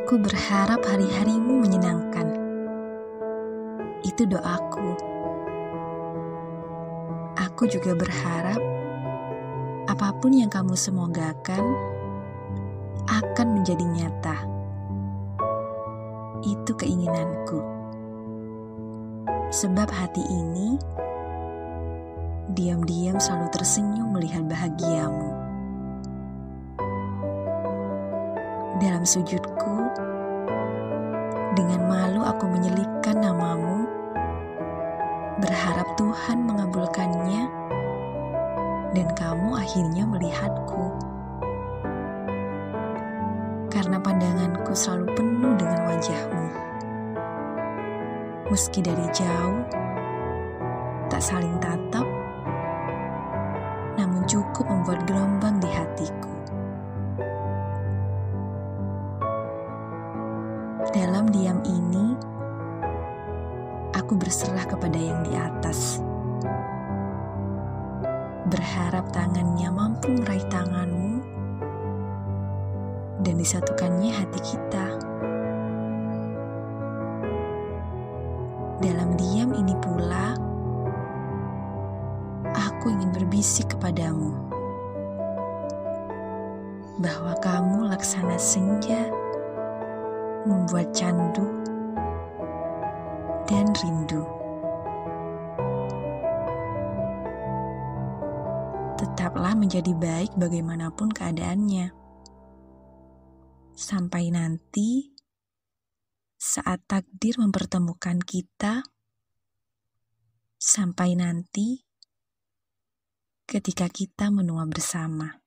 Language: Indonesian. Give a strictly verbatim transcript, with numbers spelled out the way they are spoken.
Aku berharap hari-harimu menyenangkan. Itu doaku. Aku juga berharap apapun yang kamu semogakan akan menjadi nyata. Itu keinginanku. Sebab hati ini diam-diam selalu tersenyum melihat bahagiamu. Dalam sujudku, dengan malu aku menyelipkan namamu, berharap Tuhan mengabulkannya, dan kamu akhirnya melihatku. Karena pandanganku selalu penuh dengan wajahmu. Meski dari jauh, tak saling tatap, namun cukup membuat gelombang di hatiku. Dalam diam ini, aku berserah kepada yang di atas. Berharap tangannya mampu meraih tanganmu dan disatukannya hati kita. Dalam diam ini pula, aku ingin berbisik kepadamu bahwa kamu laksana senja, membuat candu dan rindu. Tetaplah menjadi baik bagaimanapun keadaannya. Sampai nanti, saat takdir mempertemukan kita, sampai nanti ketika kita menua bersama.